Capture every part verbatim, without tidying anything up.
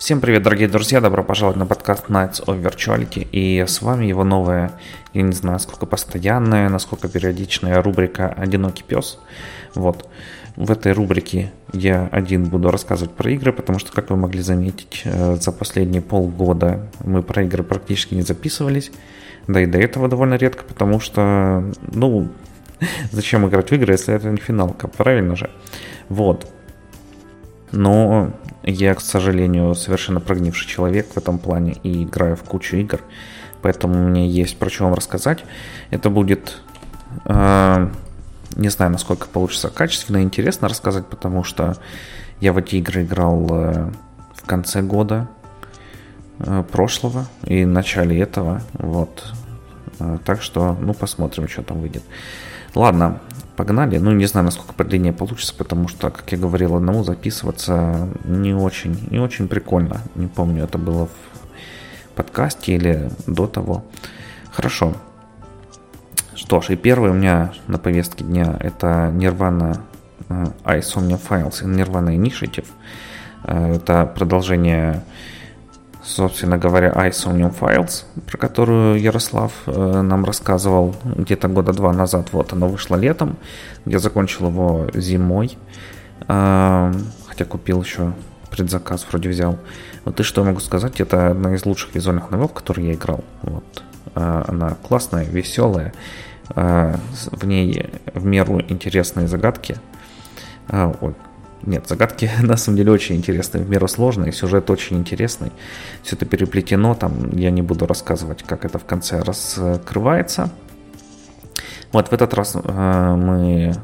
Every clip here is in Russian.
Всем привет, дорогие друзья, добро пожаловать на подкаст Nights of Virtuality, и с вами его новая, я не знаю, насколько постоянная, насколько периодичная рубрика «Одинокий пес». Вот, в этой рубрике я один буду рассказывать про игры, потому что, как вы могли заметить, за последние полгода мы про игры практически не записывались, да и до этого довольно редко, потому что, ну, зачем играть в игры, если это не финалка, правильно же? Вот. Но я, к сожалению, совершенно прогнивший человек в этом плане и играю в кучу игр, поэтому мне есть про что вам рассказать. Это будет, э, не знаю, насколько получится качественно и интересно рассказать, потому что я в эти игры играл э, в конце года э, прошлого и в начале этого, вот. Э, так что, ну, посмотрим, что там выйдет. Ладно, погнали. Ну, не знаю, насколько подлиннее получится, потому что, как я говорил, одному записываться не очень, не очень прикольно. Не помню, это было в подкасте или до того. Хорошо. Что ж, и первый у меня на повестке дня это Nirvana iSomnia Files и Nirvana Initiative. Это продолжение, собственно говоря, iSomnium Files, про которую Ярослав э, нам рассказывал где-то года два назад. Вот, оно вышло летом. Я закончил его зимой. Э, хотя купил еще, предзаказ вроде взял. Вот и что я могу сказать, это одна из лучших визуальных новелл, в которые я играл. Вот. Э, она классная, веселая. Э, в ней в меру интересные загадки. Э, ой, Нет, загадки на самом деле очень интересные, в меру сложные, сюжет очень интересный. Все это переплетено, там я не буду рассказывать, как это в конце раскрывается. Вот в этот раз э, мы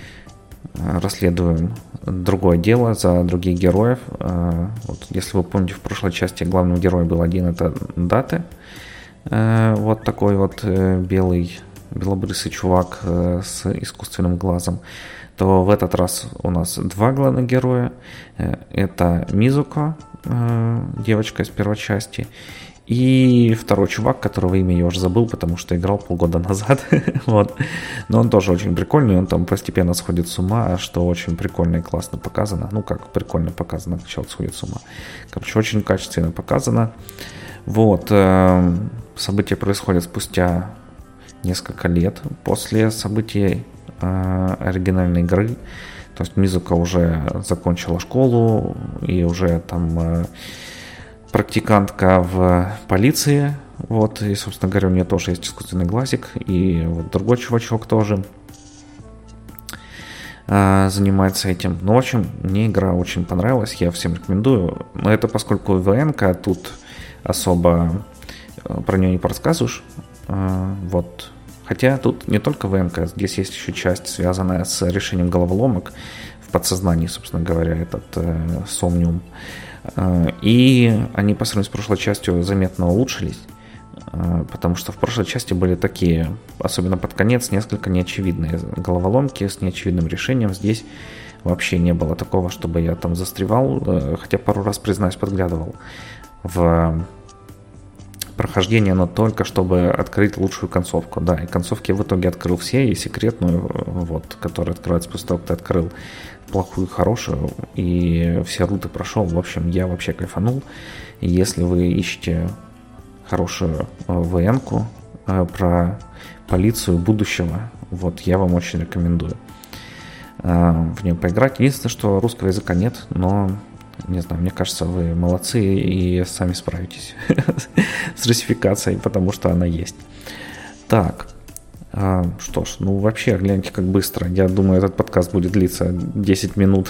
расследуем другое дело за других героев. Э, вот, если вы помните, в прошлой части главным героем был один, это Дате. Э, вот такой вот э, белый, белобрысый чувак э, с искусственным глазом. То в этот раз у нас два главных героя. Это Мизуко, девочка из первой части, и второй чувак, которого имя я уже забыл, потому что играл полгода назад. Вот. Но он тоже очень прикольный, он там постепенно сходит с ума, что очень прикольно и классно показано. Ну, как прикольно показано, человек сходит с ума. Короче, очень качественно показано. Вот. События происходят спустя несколько лет после событий оригинальной игры. То есть Мизука уже закончила школу и уже там практикантка в полиции. Вот, и, собственно говоря, у нее тоже есть искусственный глазик. И вот другой чувачок тоже занимается этим. Ну, в общем, мне игра очень понравилась, я всем рекомендую. Но это поскольку ВН-ка, тут особо про нее не порассказываешь. Вот. Хотя тут не только ВНК, здесь есть еще часть, связанная с решением головоломок в подсознании, собственно говоря, этот э, Somnium. Э, и они по сравнению с прошлой частью заметно улучшились, э, потому что в прошлой части были такие, особенно под конец, несколько неочевидные головоломки с неочевидным решением. Здесь вообще не было такого, чтобы я там застревал, э, хотя пару раз, признаюсь, подглядывал в прохождение, но только чтобы открыть лучшую концовку. Да, и концовки в итоге открыл все, и секретную, вот, которая открывается после того, как ты открыл плохую, хорошую, и все руты прошел. В общем, я вообще кайфанул. И если вы ищете хорошую ВН-ку про полицию будущего, вот, я вам очень рекомендую в нее поиграть. Единственное, что русского языка нет, но не знаю, мне кажется, вы молодцы и сами справитесь с русификацией, потому что она есть. Так, а, что ж, ну вообще, гляньте, как быстро. Я думаю, этот подкаст будет длиться десять минут.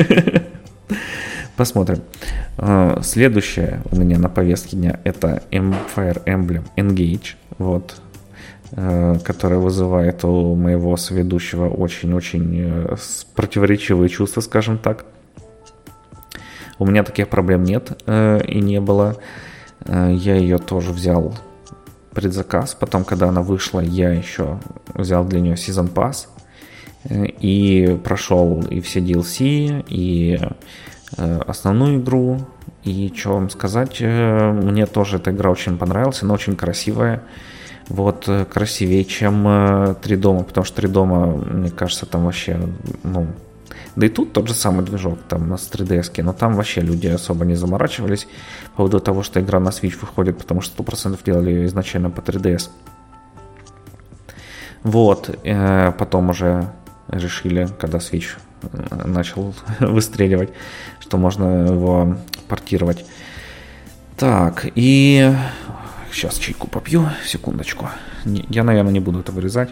Посмотрим. А, следующее у меня на повестке дня это Fire Emblem Engage, вот, а, которая вызывает у моего соведущего очень-очень противоречивые чувства, скажем так. У меня таких проблем нет э, и не было. Э, я ее тоже взял предзаказ. Потом, когда она вышла, я еще взял для нее Season Pass. Э, и прошел и все ди эл си, и э, основную игру. И что вам сказать, э, мне тоже эта игра очень понравилась. Она очень красивая. Вот, э, красивее, чем э, Три дома. Потому что Три дома, мне кажется, там вообще, ну, Да и тут тот же самый движок там с три ди эс, но там вообще люди особо не заморачивались по поводу того, что игра на Switch выходит, потому что сто процентов делали ее изначально по три ди эс. Вот, э, потом уже решили, когда Switch начал выстреливать, что можно его портировать. Так, и сейчас чайку попью, секундочку. Я, наверное, не буду это вырезать.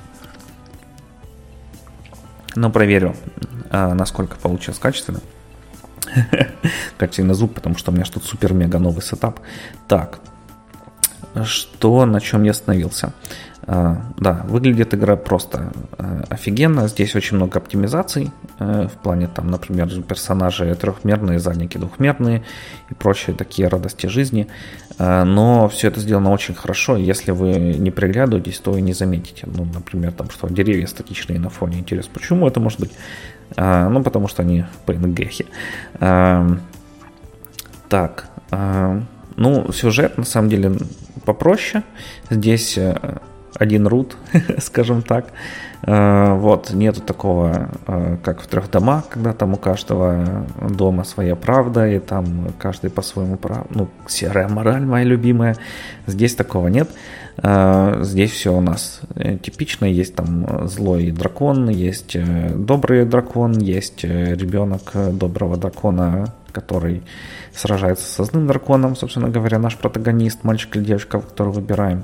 Но проверю, насколько получилось качественно. Качественный звук, потому что у меня что-то супер-мега новый сетап. Так, что, на чем я остановился? Uh, да, выглядит игра просто uh, офигенно. Здесь очень много оптимизаций uh, в плане, там, например, персонажи трехмерные, задники двухмерные и прочие такие радости жизни. Uh, но все это сделано очень хорошо. Если вы не приглядываетесь, то и не заметите. Ну, например, там, что деревья статичные на фоне. Интересно, почему это может быть? Uh, ну, потому что они пи эн джи. Uh, так, uh, ну, сюжет на самом деле попроще. Здесь uh, один рут, скажем так. Вот, нету такого, как в трех домах, когда там у каждого дома своя правда, и там каждый по-своему прав. Ну, серая мораль моя любимая. Здесь такого нет. Здесь все у нас типично. Есть там злой дракон, есть добрый дракон, есть ребенок доброго дракона, который сражается со злым драконом, собственно говоря, наш протагонист, мальчик или девочка, которого выбираем.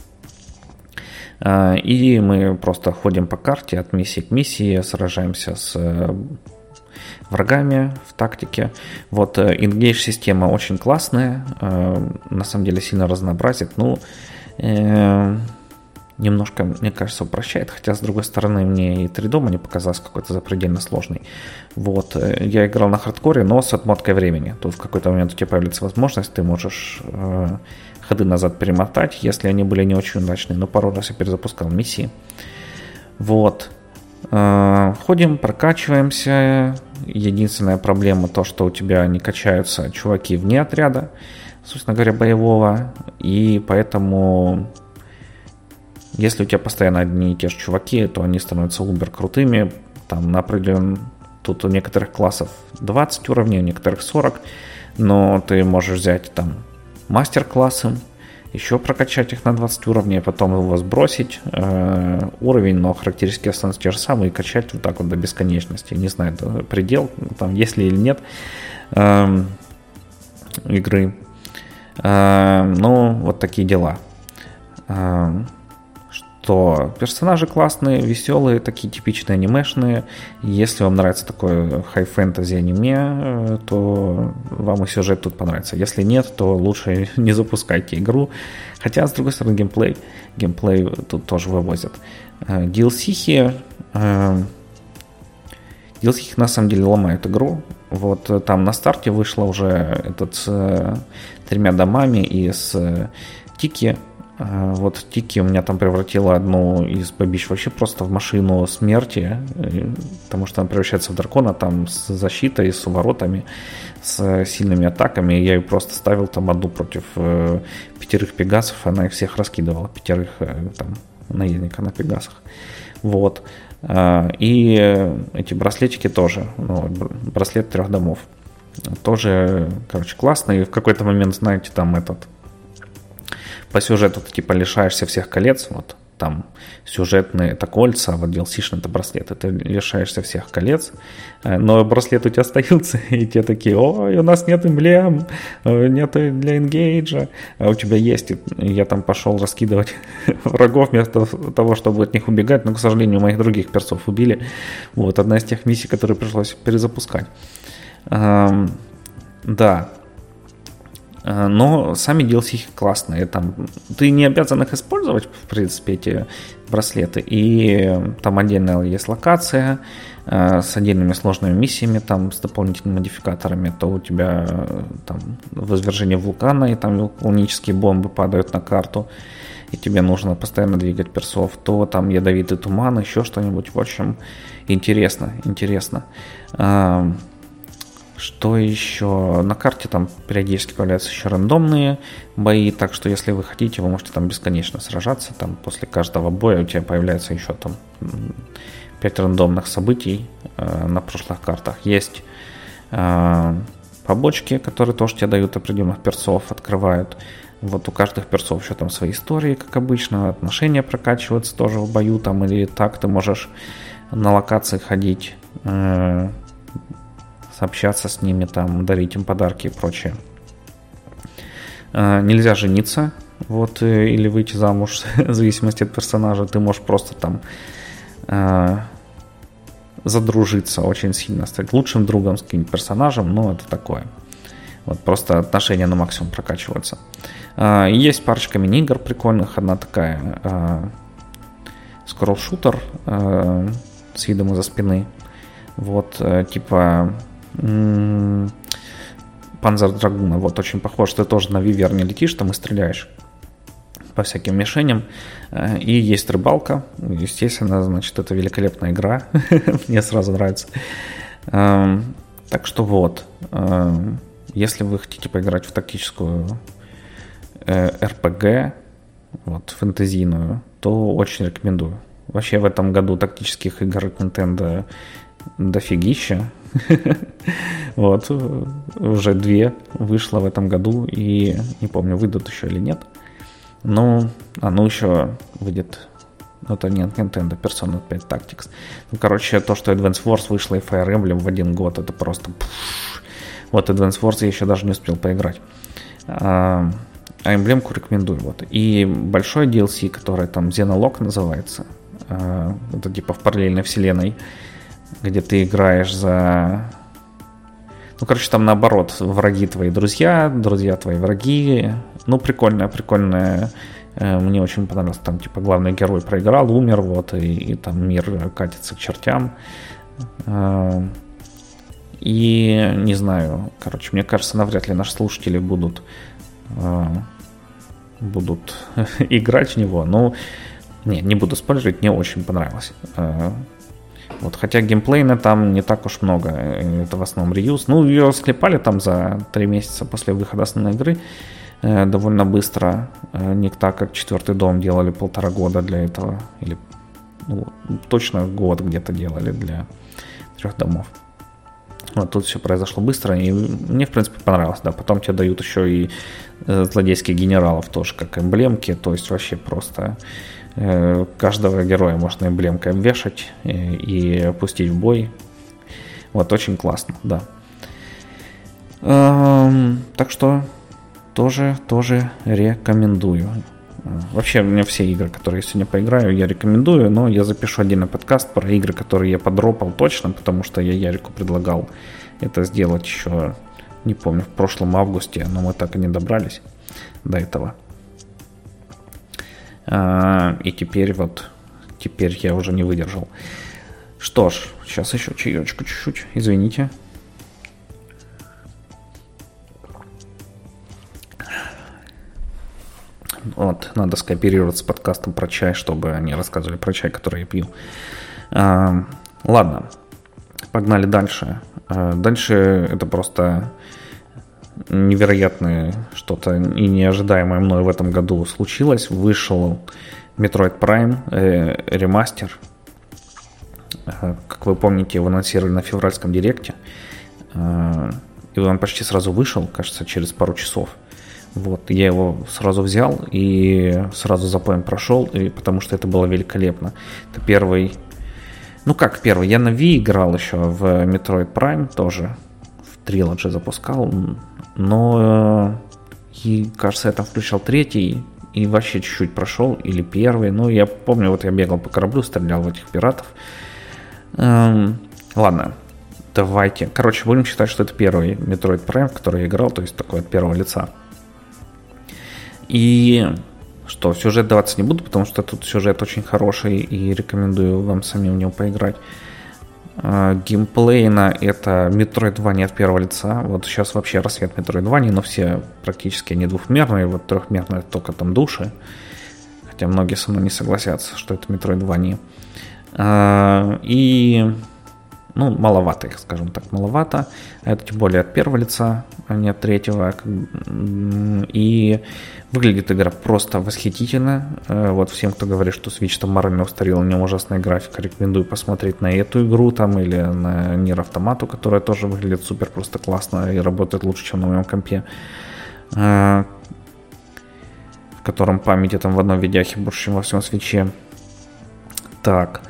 И мы просто ходим по карте от миссии к миссии, сражаемся с врагами в тактике. Вот engage-система очень классная, на самом деле сильно разнообразит, ну, немножко, мне кажется, упрощает, хотя, с другой стороны, мне и три дома не показалось какой-то запредельно сложный. Вот, я играл на хардкоре, но с отмоткой времени. Тут в какой-то момент у тебя появляется возможность, ты можешь э, ходы назад перемотать, если они были не очень удачные, но пару раз я перезапускал миссии. Вот. Э, ходим, прокачиваемся. Единственная проблема то, что у тебя не качаются чуваки вне отряда, собственно говоря, боевого, и поэтому... Если у тебя постоянно одни и те же чуваки, то они становятся убер крутыми. Там на определенном... Тут у некоторых классов двадцать уровней, у некоторых сорок. Но ты можешь взять там мастер-классы, еще прокачать их на двадцать уровней, а потом его сбросить э, уровень, но характеристики останутся те же самые, и качать вот так вот до бесконечности. Не знаю, предел, там есть ли или нет э, игры. Э, ну, вот такие дела. Э, что персонажи классные, веселые, такие типичные анимешные. Если вам нравится такое хай-фэнтези аниме, то вам и сюжет тут понравится. Если нет, то лучше не запускайте игру. Хотя, с другой стороны, геймплей, геймплей тут тоже вывозят. ди эл си-хи, ди эл си-хи на самом деле ломают игру. Вот там на старте вышло уже этот с тремя домами и с Тики. Вот Тики у меня там превратила одну из бабищ вообще просто в машину смерти, потому что она превращается в дракона там с защитой, с уворотами, с сильными атаками. Я ее просто ставил там одну против э, пятерых пегасов, она их всех раскидывала, пятерых э, там наездника на пегасах. Вот. И эти браслетики тоже, ну, браслет трех домов. Тоже, короче, классно. И в какой-то момент, знаете, там этот... По сюжету ты типа лишаешься всех колец, вот там сюжетные это кольца, а вот ди эл си-шные это браслеты, ты лишаешься всех колец, но браслет у тебя остаются, и те такие: ой, у нас нет эмблем, нет для энгейджа, а у тебя есть, и я там пошел раскидывать врагов вместо того, чтобы от них убегать, но, к сожалению, моих других персов убили. Вот одна из тех миссий, которые пришлось перезапускать. Эм, да. Но сами ди эл си классные. Там, ты не обязан их использовать, в принципе, эти браслеты. И там отдельная есть локация э, с отдельными сложными миссиями, там, с дополнительными модификаторами. То у тебя там возвержение вулкана, и там вулканические бомбы падают на карту, и тебе нужно постоянно двигать персов. То там ядовитый туман, еще что-нибудь. В общем, интересно, интересно. Э, Что еще? На карте там периодически появляются еще рандомные бои, так что если вы хотите, вы можете там бесконечно сражаться. Там после каждого боя у тебя появляется еще там пять рандомных событий э, на прошлых картах. Есть э, побочки, которые тоже тебе дают определенных персов, открывают. Вот у каждых персов еще там свои истории, как обычно, отношения прокачиваются тоже в бою, там, или так ты можешь на локации ходить, э, общаться с ними, там, дарить им подарки и прочее. Э, нельзя жениться, вот, э, или выйти замуж, в зависимости от персонажа. Ты можешь просто там э, задружиться очень сильно, стать лучшим другом с каким-нибудь персонажем, ну, это такое. Вот, просто отношения на максимум прокачиваются. Э, есть парочка мини-игр прикольных. Одна такая э, скролл-шутер э, с видом из-за спины. Вот, э, типа м- Panzer Dragoon. Вот, очень похож. Ты тоже на виверне летишь там и стреляешь по всяким мишеням. Э, и есть рыбалка. Естественно, значит, это великолепная игра. Мне сразу нравится. Э, так что вот. Э, если вы хотите поиграть в тактическую э, эр пи джи, вот, фэнтезийную, то очень рекомендую. Вообще в этом году тактических игр от Nintendo дофигища. Вот, уже две вышло в этом году, и не помню, выйдут еще или нет. Ну, а ну еще выйдет, ну это не от Nintendo, Persona пять Tactics. Ну, короче, то, что Advance Wars вышло и Fire Emblem в один год, это просто... Вот Advance Wars я еще даже не успел поиграть. А, а эмблемку рекомендую. Вот. И большой ди эл си, который там Xenologue называется, а, это типа в параллельной вселенной, где ты играешь за... Ну, короче, там наоборот, враги твои друзья, друзья твои враги. Ну, прикольная, прикольная. Мне очень понравилось. Там, типа, главный герой проиграл, умер, вот, и, и там мир катится к чертям. И не знаю, короче, мне кажется, навряд ли наши слушатели будут будут играть в него. Но не, не буду спойлерить, мне очень понравилось. Вот, хотя геймплейна там не так уж много. Это в основном реюз. Ну, ее склепали там за три месяца после выхода основной игры. Э, довольно быстро. Э, не так, как четвертый дом делали полтора года для этого. Или ну, точно год где-то делали для трех домов. Вот тут все произошло быстро. И мне, в принципе, понравилось. Да, потом тебе дают еще и э, злодейских генералов тоже как эмблемки. То есть вообще просто... Каждого героя можно эмблемкой обвешать и, и пустить в бой. Вот, очень классно, да. Эм, так что тоже, тоже рекомендую. Вообще, у меня все игры, которые я сегодня поиграю, я рекомендую, но я запишу отдельный подкаст про игры, которые я подропал точно, потому что я Ярику предлагал это сделать еще, не помню, в прошлом августе, но мы так и не добрались до этого. И теперь вот, теперь я уже не выдержал. Что ж, сейчас еще чаечку чуть-чуть, извините. Вот, надо скооперироваться с подкастом про чай, чтобы они рассказывали про чай, который я пью. А, ладно, погнали дальше. А, дальше это просто... невероятное что-то и неожидаемое мной в этом году случилось. Вышел Metroid Prime э, ремастер. Э, как вы помните, его анонсировали на февральском директе. Э, и он почти сразу вышел, кажется, через пару часов. Вот, я его сразу взял и сразу запоем прошел, и, потому что это было великолепно. Это первый... Ну как первый? Я на Wii играл еще в Metroid Prime тоже. В Trilogy запускал. Но, и, кажется, я там включал третий и вообще чуть-чуть прошел, или первый. Ну, я помню, вот я бегал по кораблю, стрелял в этих пиратов. Эм, ладно, давайте. Короче, будем считать, что это первый Metroid Prime, в который я играл, то есть такой от первого лица. И что, сюжет даваться не буду, потому что тут сюжет очень хороший и рекомендую вам самим в него поиграть. Геймплейно это Metroidvania от первого лица. Вот сейчас вообще рассвет Metroidvania, но все практически не двухмерные. Вот трехмерные только там души. Хотя многие со мной не согласятся, что это Metroidvania. И ну, маловато их, скажем так, маловато. Это тем более от первого лица, а не от третьего. И выглядит игра просто восхитительно. Вот всем, кто говорит, что Switch там морально устарел, у него ужасная графика, рекомендую посмотреть на эту игру там или на Nier Automata, которая тоже выглядит супер просто классно и работает лучше, чем на моем компе, в котором памяти там в одной видяхе больше, чем во всем Switch'е. Так,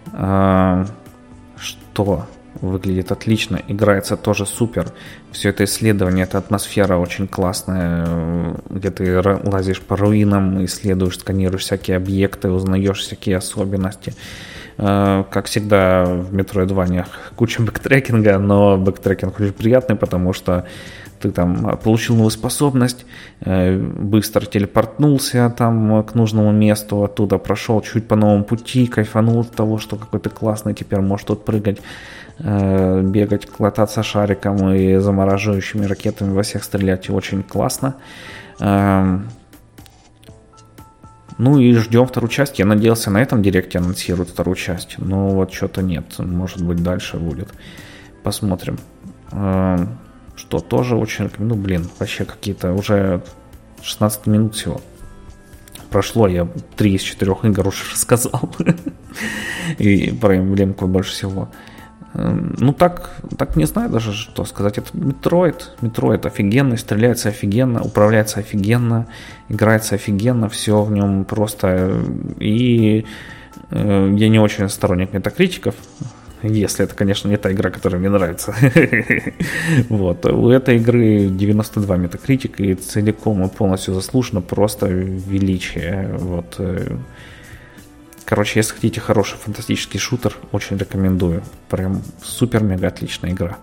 что выглядит отлично, играется тоже супер. Все это исследование, эта атмосфера очень классная, где ты лазишь по руинам, исследуешь, сканируешь всякие объекты, узнаешь всякие особенности. Как всегда в Metroidvania куча бэктрекинга, но бэктрекинг очень приятный, потому что ты там получил новую способность, быстро телепортнулся там к нужному месту, оттуда прошел чуть по новому пути, кайфанул от того, что какой ты классный, теперь можешь тут прыгать, бегать, кататься шариком и замораживающими ракетами во всех стрелять. Очень классно. Ну и ждем вторую часть. Я надеялся, на этом директе анонсируют вторую часть, но вот что-то нет. Может быть, дальше будет. Посмотрим. Что тоже очень рекомендую. Ну, блин, вообще какие-то уже шестнадцать минут всего прошло. Я три из четырех игр уже рассказал. И про эмблемку больше всего. Ну, так, так не знаю даже, что сказать. Это Metroid. Metroid офигенный, стреляется офигенно, управляется офигенно, играется офигенно, все в нем просто. И э, я не очень сторонник метакритиков, если это, конечно, не та игра, которая мне нравится. Вот. У этой игры девяносто два метакритика, и целиком и полностью заслуженно просто величие. Вот. Короче, если хотите хороший фантастический шутер, очень рекомендую. Прям супер-мега отличная игра.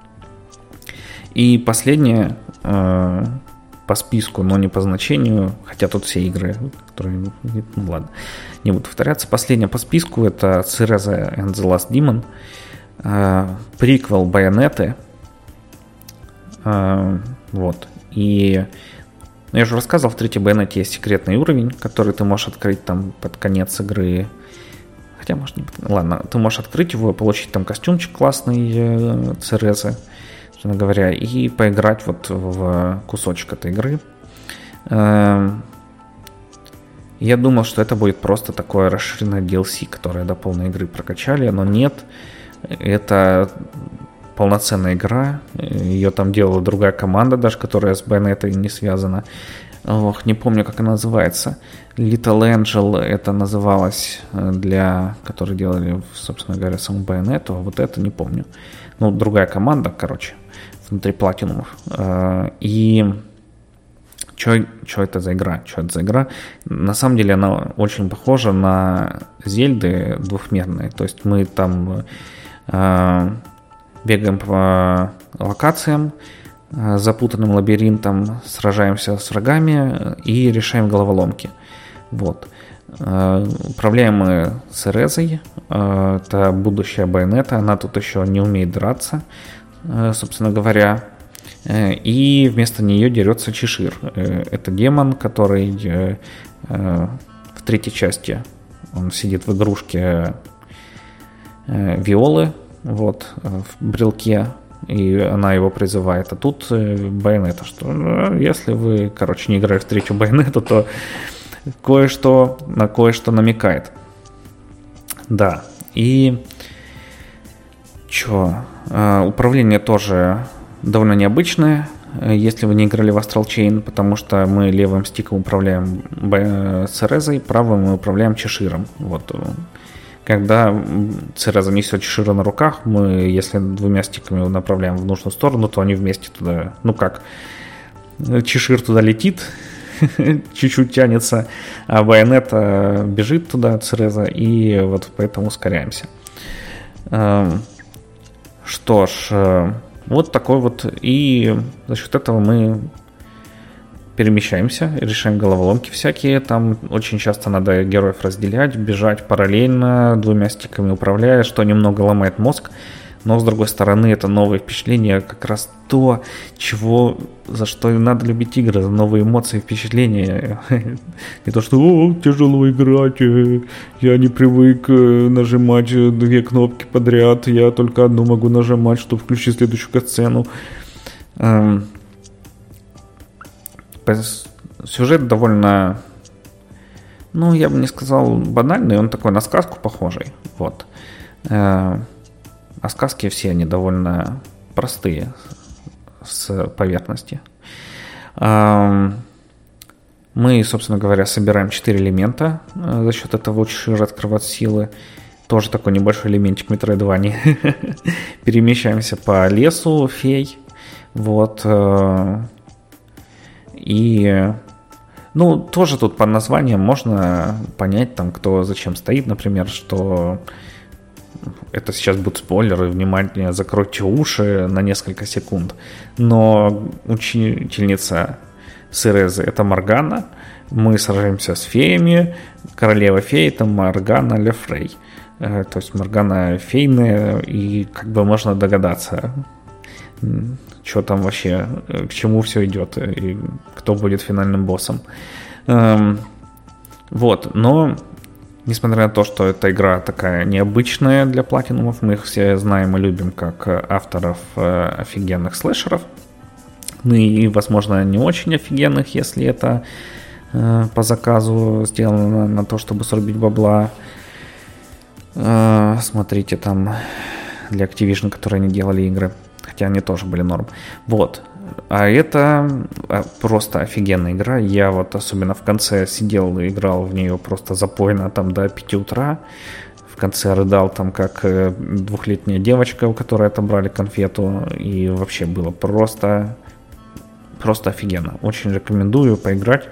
И последняя э, по списку, но не по значению, хотя тут все игры, которые, ну ладно, не буду повторяться. Последняя по списку — это Cereza and the Last Demon, э, приквел Байонеты. Э, вот. И я же рассказывал, в третьей Байонете есть секретный уровень, который ты можешь открыть там под конец игры. Хотя, может, не под... Ладно, ты можешь открыть его, получить там костюмчик классный э, Церезы, собственно говоря, и поиграть вот в кусочек этой игры. Э, я думал, что это будет просто такое расширенное ди эл си, которое до полной игры прокачали, но нет. Это полноценная игра, ее там делала другая команда, даже которая с Байонетой не связана. Ох, не помню, как она называется. Little Angel это называлось, для которые делали, собственно говоря, саму Байонету, а вот это не помню. Ну, другая команда, короче, внутри Платинумов. И что это за игра? Что это за игра? На самом деле она очень похожа на Зельды двухмерные. То есть мы там бегаем по локациям, запутанным лабиринтом, сражаемся с врагами и решаем головоломки. Вот. Управляем мы Церезой. Это будущая Байонета. Она тут еще не умеет драться, собственно говоря. И вместо нее дерется Чешир. Это демон, который в третьей части он сидит в игрушке Виолы, вот, в брелке, и она его призывает. А тут Байонета, что если вы, короче, не играете в третью Байонету, то кое-что на кое-что намекает. Да, и чё, управление тоже довольно необычное, если вы не играли в Astral Chain, потому что мы левым стиком управляем Церезой, правым мы управляем Чеширом. Вот. Когда Цереза несет Чешира на руках, мы, если двумя стиками его направляем в нужную сторону, то они вместе туда, ну как, Чешир туда летит, чуть-чуть тянется, а Байонета бежит туда, Цереза, и вот поэтому ускоряемся. Что ж, вот такой вот, и за счет этого мы перемещаемся, решаем головоломки всякие, там очень часто надо героев разделять, бежать параллельно, двумя стиками управляя, что немного ломает мозг, Но, с другой стороны, это новые впечатления, как раз то, чего, за что надо любить игры, за новые эмоции, впечатления. Не то, что «О, тяжело играть, я не привык нажимать две кнопки подряд, я только одну могу нажимать, чтобы включить следующую катсцену». Сюжет довольно, ну, я бы не сказал банальный, он такой на сказку похожий, вот. А сказки все они довольно простые с поверхности. Мы, собственно говоря, собираем четыре элемента, за счет этого очень шире открывать силы. Тоже такой небольшой элементик Metroidvania. Перемещаемся по лесу фей. Вот. И... Ну, тоже тут по названиям можно понять, там, кто зачем стоит. Например, что... Это сейчас будут спойлеры, внимание, закройте уши на несколько секунд. Но учительница Церезы — это Моргана. Мы сражаемся с феями. Королева фей — это Моргана Ле Фрей. То есть Моргана фейная, и как бы можно догадаться, что там вообще, к чему все идет, и кто будет финальным боссом. Вот, но... Несмотря на то, что эта игра такая необычная для платинумов, мы их все знаем и любим как авторов э, офигенных слэшеров. Ну и, возможно, не очень офигенных, если это э, по заказу сделано на, на то, чтобы срубить бабла. Э, смотрите, там для Activision, которые не делали игры, хотя они тоже были норм. Вот. А это просто офигенная игра. Я вот особенно в конце сидел и играл в нее просто запойно там до пяти утра. В конце рыдал там как двухлетняя девочка, у которой отобрали конфету. И вообще было просто, просто офигенно. Очень рекомендую поиграть.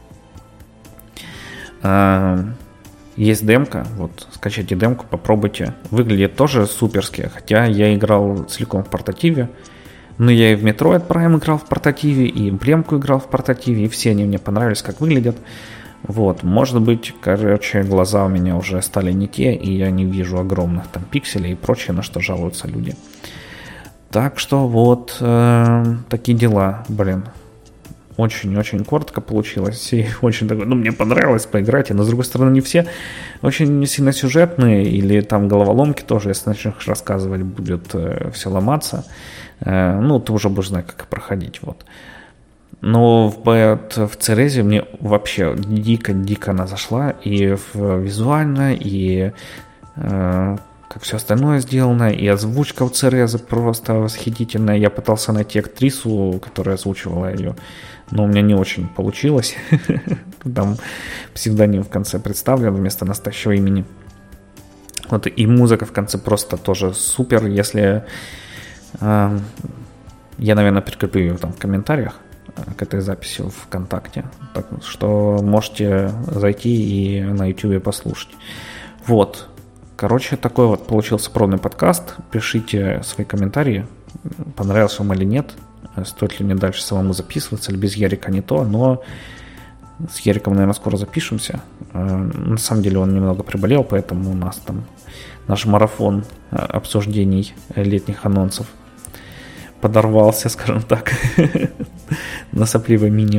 Есть демка, вот скачайте демку, попробуйте. Выглядит тоже суперски, хотя я играл целиком в портативе. Но я и в Metroid Prime играл в портативе, и эмблемку играл в портативе, и все они мне понравились, как выглядят. Вот, может быть, короче, глаза у меня уже стали не те, и я не вижу огромных там пикселей и прочее, на что жалуются люди. Так что вот, э, такие дела, блин. Очень-очень коротко получилось, и очень такое, ну, мне понравилось поиграть, но, с другой стороны, не все очень сильно сюжетные, или там головоломки тоже, если начнешь рассказывать, будет э, все ломаться. Э, ну, ты уже будешь знать, как проходить, вот. Но в, в Церезе мне вообще дико-дико она зашла, и в, визуально, и э, как все остальное сделано, и озвучка у Церезы просто восхитительная. Я пытался найти актрису, которая озвучивала ее, но у меня не очень получилось. Там псевдоним в конце представлен вместо настоящего имени. Вот, и музыка в конце просто тоже супер. Если э, я, наверное, прикреплю ее там в комментариях к этой записи в ВКонтакте, так что можете зайти и на YouTube послушать. Вот. Короче, такой вот получился пробный подкаст. Пишите свои комментарии, понравился вам или нет. Стоит ли мне дальше самому записываться, или без Ярика не то, но с Яриком, наверное, скоро запишемся. На самом деле он немного приболел, поэтому у нас там наш марафон обсуждений летних анонсов подорвался, скажем так, на сопливой мини.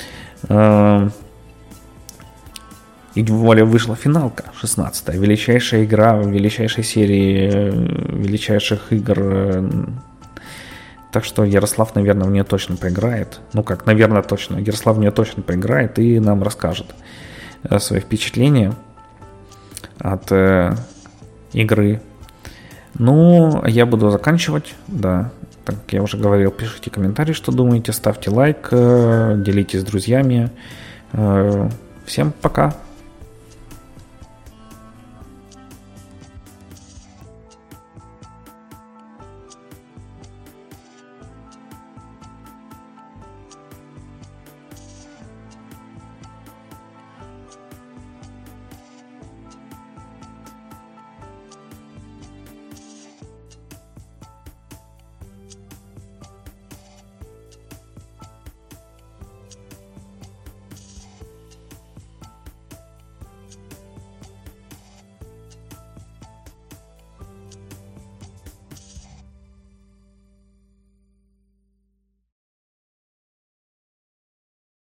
И тем более вышла финалка, шестнадцатая, величайшая игра в величайшей серии величайших игр. Так что Ярослав, наверное, в нее точно поиграет. Ну как, наверное, точно. Ярослав в нее точно поиграет и нам расскажет свои впечатления от э, игры. Ну, я буду заканчивать, да. Так как я уже говорил, пишите комментарии, что думаете, ставьте лайк, э, делитесь с друзьями. Э, всем пока!